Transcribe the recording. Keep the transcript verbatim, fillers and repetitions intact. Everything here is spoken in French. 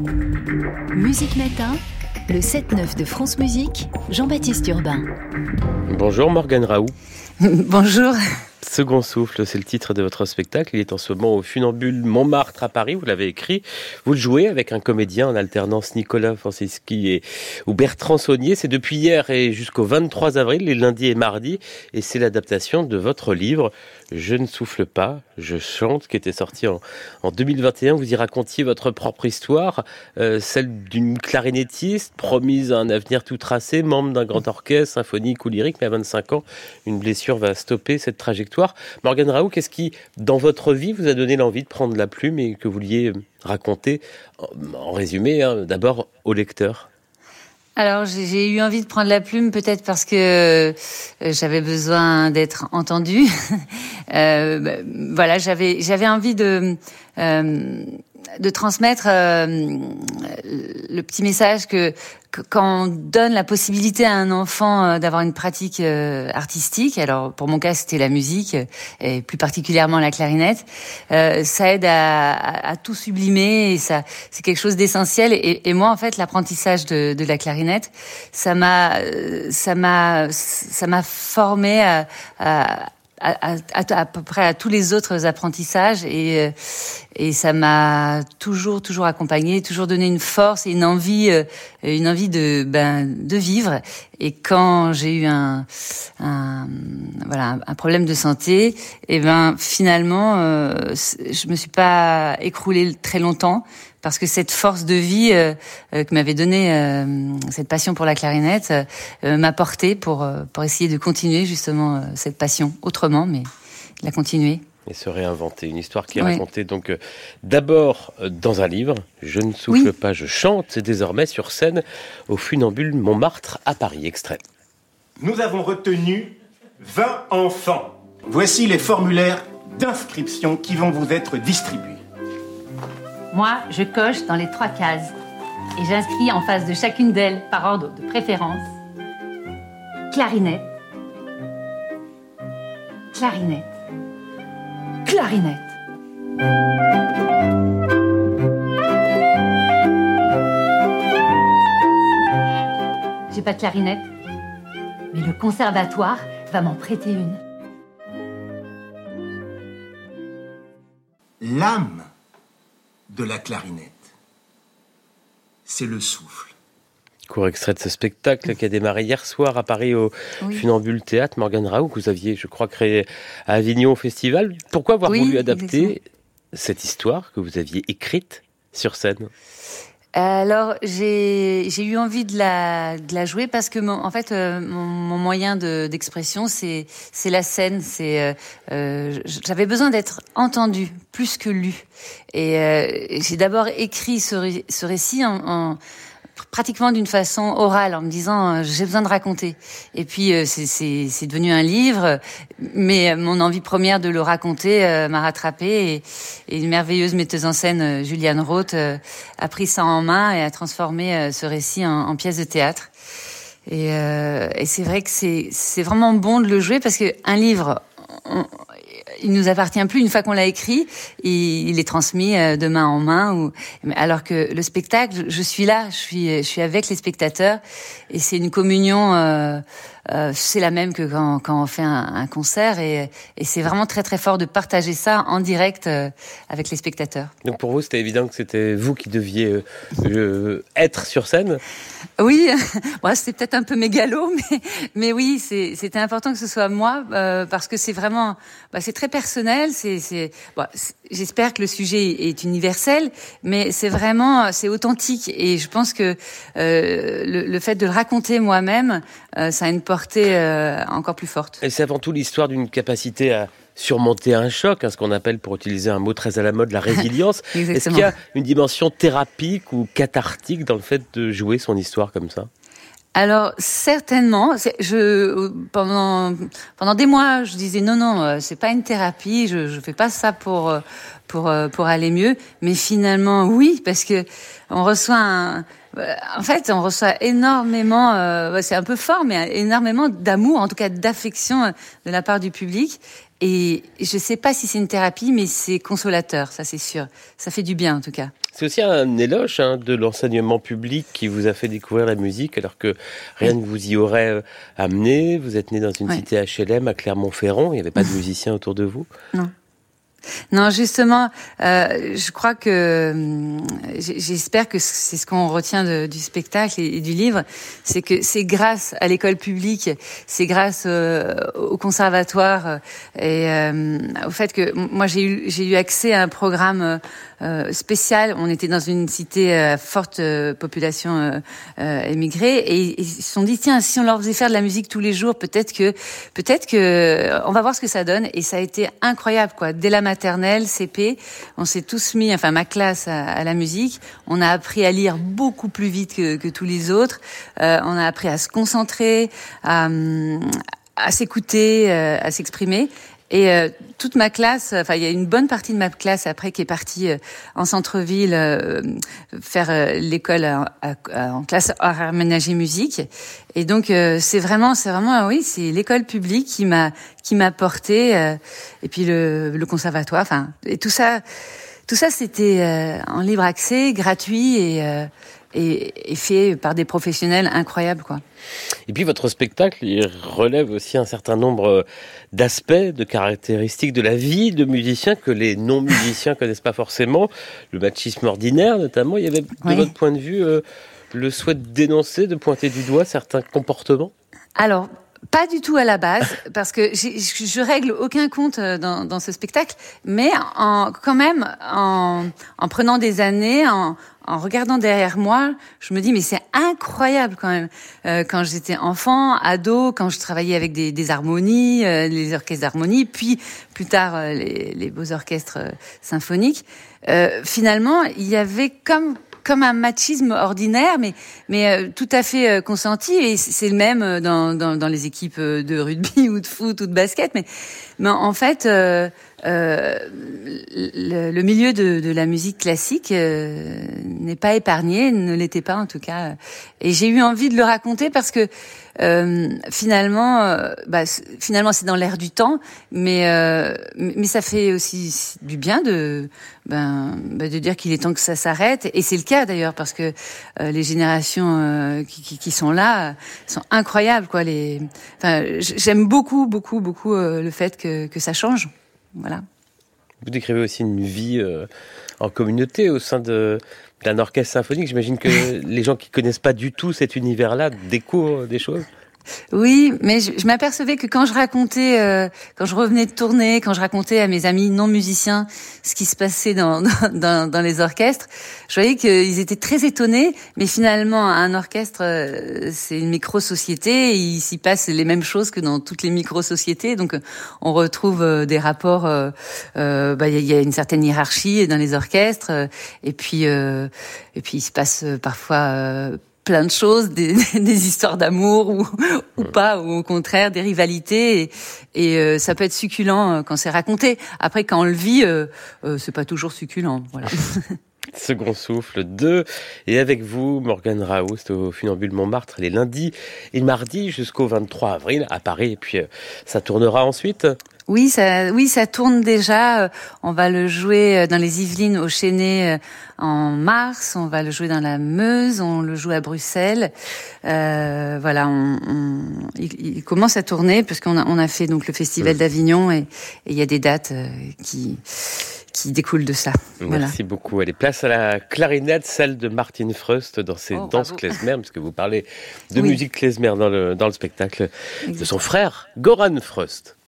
Musique Matin, le sept neuf de France Musique, Jean-Baptiste Urbain. Bonjour Morgane Raoult. Bonjour. Second souffle, c'est le titre de votre spectacle. Il est en ce moment au Funambule Montmartre à Paris. Vous l'avez écrit. Vous le jouez avec un comédien en alternance, Nicolas Francischi et ou Bertrand Saunier. C'est depuis hier et jusqu'au vingt-trois avril, les lundis et mardis. Et c'est l'adaptation de votre livre « Je ne souffle pas, je chante » qui était sorti en, en deux mille vingt et un. Vous y racontiez votre propre histoire, euh, celle d'une clarinettiste promise à un avenir tout tracé, membre d'un grand orchestre symphonique ou lyrique. Mais à vingt-cinq ans, une blessure va stopper cette trajectoire. Morgane Raoult, qu'est-ce qui, dans votre vie, vous a donné l'envie de prendre la plume et que vous vouliez raconter, en résumé, hein, d'abord au lecteur? Alors, j'ai, j'ai eu envie de prendre la plume peut-être parce que euh, j'avais besoin d'être entendue. euh, bah, voilà, j'avais, j'avais envie de... Euh, de transmettre euh, le petit message que, que quand on donne la possibilité à un enfant euh, d'avoir une pratique euh, artistique, alors pour mon cas c'était la musique et plus particulièrement la clarinette, euh, ça aide à, à, à tout sublimer et ça c'est quelque chose d'essentiel. Et, et moi en fait l'apprentissage de, de la clarinette, ça m'a ça m'a ça m'a formé à, à À, à, à peu près à tous les autres apprentissages et et ça m'a toujours toujours accompagné, toujours donné une force et une envie une envie de ben de vivre. Et quand j'ai eu un un voilà un problème de santé, et ben finalement euh, je me suis pas écroulée très longtemps. Parce que cette force de vie euh, euh, que m'avait donnée euh, cette passion pour la clarinette euh, m'a portée pour euh, pour essayer de continuer justement euh, cette passion autrement, mais de la continuer. Et se réinventer. Une histoire qui est oui. racontée donc euh, d'abord euh, dans un livre, Je ne souffle oui. pas, je chante, c'est désormais sur scène au Funambule Montmartre à Paris. Extrait. Nous avons retenu vingt enfants. Voici les formulaires d'inscription qui vont vous être distribués. Moi, je coche dans les trois cases et j'inscris en face de chacune d'elles, par ordre de préférence, clarinette, clarinette, clarinette. J'ai pas de clarinette, mais le conservatoire va m'en prêter une. L'âme de la clarinette, c'est le souffle. Court extrait de ce spectacle qui a démarré hier soir à Paris au oui. Funambule Théâtre. Morgane Raoult, que vous aviez, je crois, créé à Avignon au festival. Pourquoi avoir oui, voulu adapter exactement. cette histoire que vous aviez écrite sur scène ? Alors j'ai j'ai eu envie de la de la jouer parce que mon, en fait euh, mon, mon moyen de d'expression c'est c'est la scène, c'est euh, euh, j'avais besoin d'être entendue plus que lue et euh, j'ai d'abord écrit ce ré, ce récit en, en pratiquement d'une façon orale, en me disant euh, j'ai besoin de raconter. Et puis euh, c'est, c'est, c'est devenu un livre, mais mon envie première de le raconter euh, m'a rattrapée. Et, et une merveilleuse metteuse en scène, euh, Juliane Roth, euh, a pris ça en main et a transformé euh, ce récit en, en pièce de théâtre. Et, euh, et c'est vrai que c'est, c'est vraiment bon de le jouer parce que un livre, on, il nous appartient plus une fois qu'on l'a écrit, il, il est transmis de main en main. Ou, alors que le spectacle, je suis là, je suis, je suis avec les spectateurs, et c'est une communion. Euh, euh, c'est la même que quand, quand on fait un, un concert, et, et c'est vraiment très très fort de partager ça en direct euh, avec les spectateurs. Donc pour vous, c'était évident que c'était vous qui deviez euh, euh, être sur scène. Oui, bon, c'était peut-être un peu mégalo, mais mais oui, c'est, c'était important que ce soit moi euh, parce que c'est vraiment, bah, c'est très personnel. C'est, c'est, bon, c'est, j'espère que le sujet est universel, mais c'est vraiment, c'est authentique. Et je pense que euh, le, le fait de le raconter moi-même, euh, ça a une portée euh, encore plus forte. Et c'est avant tout l'histoire d'une capacité à surmonter un choc, hein, ce qu'on appelle, pour utiliser un mot très à la mode, la résilience. Est-ce qu'il y a une dimension thérapeutique ou cathartique dans le fait de jouer son histoire comme ça ? Alors certainement, c'est, je pendant pendant des mois, je disais non non, c'est pas une thérapie, je je fais pas ça pour pour pour aller mieux, mais finalement oui, parce que on reçoit un en fait, on reçoit énormément, euh, c'est un peu fort, mais énormément d'amour, en tout cas d'affection de la part du public. Et je sais pas si c'est une thérapie, mais c'est consolateur, ça c'est sûr. Ça fait du bien en tout cas. C'est aussi un éloge hein, de l'enseignement public qui vous a fait découvrir la musique alors que rien ne vous y aurait amené. Vous êtes né dans une ouais. cité H L M à Clermont-Ferrand, il n'y avait pas de musiciens autour de vous? Non. Non, justement, euh, je crois que euh, j'espère que c'est ce qu'on retient de, du spectacle et, et du livre, c'est que c'est grâce à l'école publique, c'est grâce euh, au conservatoire et euh, au fait que moi j'ai eu j'ai eu accès à un programme euh, spécial. On était dans une cité à forte euh, population euh, euh, émigrée et, et ils se sont dit tiens, si on leur faisait faire de la musique tous les jours, peut-être que peut-être que on va voir ce que ça donne. Et ça a été incroyable quoi. Dès la maternelle, C P, on s'est tous mis, enfin ma classe, à, à la musique. On a appris à lire beaucoup plus vite que, que tous les autres. Euh, on a appris à se concentrer, à, à s'écouter, euh, à s'exprimer. Et euh, toute ma classe, enfin il y a une bonne partie de ma classe après qui est partie euh, en centre-ville euh, faire euh, l'école à, à, en classe art aménagé musique. Et donc euh, c'est vraiment, c'est vraiment, oui, c'est l'école publique qui m'a qui m'a porté euh, et puis le, le conservatoire, enfin et tout ça, tout ça c'était euh, en libre accès, gratuit et euh, Et, et fait par des professionnels incroyables, quoi. Et puis votre spectacle, il relève aussi un certain nombre d'aspects, de caractéristiques de la vie de musiciens que les non-musiciens connaissent pas forcément. Le machisme ordinaire, notamment. Il y avait, de oui. votre point de vue, euh, le souhait de dénoncer, de pointer du doigt certains comportements? Alors, pas du tout à la base, parce que j'ai, je règle aucun compte dans, dans ce spectacle, mais en, quand même, en, en prenant des années, en, en regardant derrière moi, je me dis mais c'est incroyable quand même. Euh, quand j'étais enfant, ado, quand je travaillais avec des, des harmonies, euh, les orchestres d'harmonie, puis plus tard euh, les, les beaux orchestres euh, symphoniques, euh, finalement il y avait comme comme un machisme ordinaire, mais mais euh, tout à fait euh, consenti, et c'est le même dans, dans dans les équipes de rugby ou de foot ou de basket, mais mais en fait euh, euh, le, le milieu de, de la musique classique euh, n'est pas épargné, ne l'était pas en tout cas, et j'ai eu envie de le raconter parce que euh, finalement, euh, bah, finalement c'est dans l'air du temps, mais euh, mais ça fait aussi du bien de ben bah, de dire qu'il est temps que ça s'arrête, et c'est le cas d'ailleurs parce que euh, les générations euh, qui, qui qui sont là sont incroyables quoi. Les, enfin j'aime beaucoup beaucoup beaucoup euh, le fait que que ça change. Voilà. Vous décrivez aussi une vie euh, en communauté au sein de d'un orchestre symphonique. J'imagine que les gens qui connaissent pas du tout cet univers-là découvrent des choses. Oui, mais je, je m'apercevais que quand je racontais, euh, quand je revenais de tourner, quand je racontais à mes amis non musiciens ce qui se passait dans dans, dans, dans les orchestres, je voyais qu'ils étaient très étonnés. Mais finalement, un orchestre, euh, c'est une micro-société, et il s'y passe les mêmes choses que dans toutes les micro-sociétés. Donc, on retrouve euh, des rapports. Euh, euh, bah, il y a une certaine hiérarchie dans les orchestres, euh, et puis euh, et puis il se passe euh, parfois Euh, plein de choses, des, des histoires d'amour ou, ou pas, ou au contraire des rivalités, et, et euh, ça peut être succulent euh, quand c'est raconté. Après, quand on le vit, euh, euh, c'est pas toujours succulent. Voilà. Second souffle deux, et avec vous, Morgane Raoust, au Funambule Montmartre, les lundis et mardi jusqu'au vingt-trois avril à Paris, et puis euh, ça tournera ensuite. Oui, ça, oui, ça tourne déjà. On va le jouer dans les Yvelines au Chesnay en mars. On va le jouer dans la Meuse. On le joue à Bruxelles. Euh, voilà, on, on, il, il commence à tourner parce qu'on a, on a fait donc le Festival d'Avignon, et il y a des dates qui qui découlent de ça. Merci voilà. beaucoup. Allez, place à la clarinette, celle de Martin Fröst dans ses oh, danses klezmer, parce que vous parlez de oui. musique klezmer dans le dans le spectacle exactement. De son frère Goran Fröst.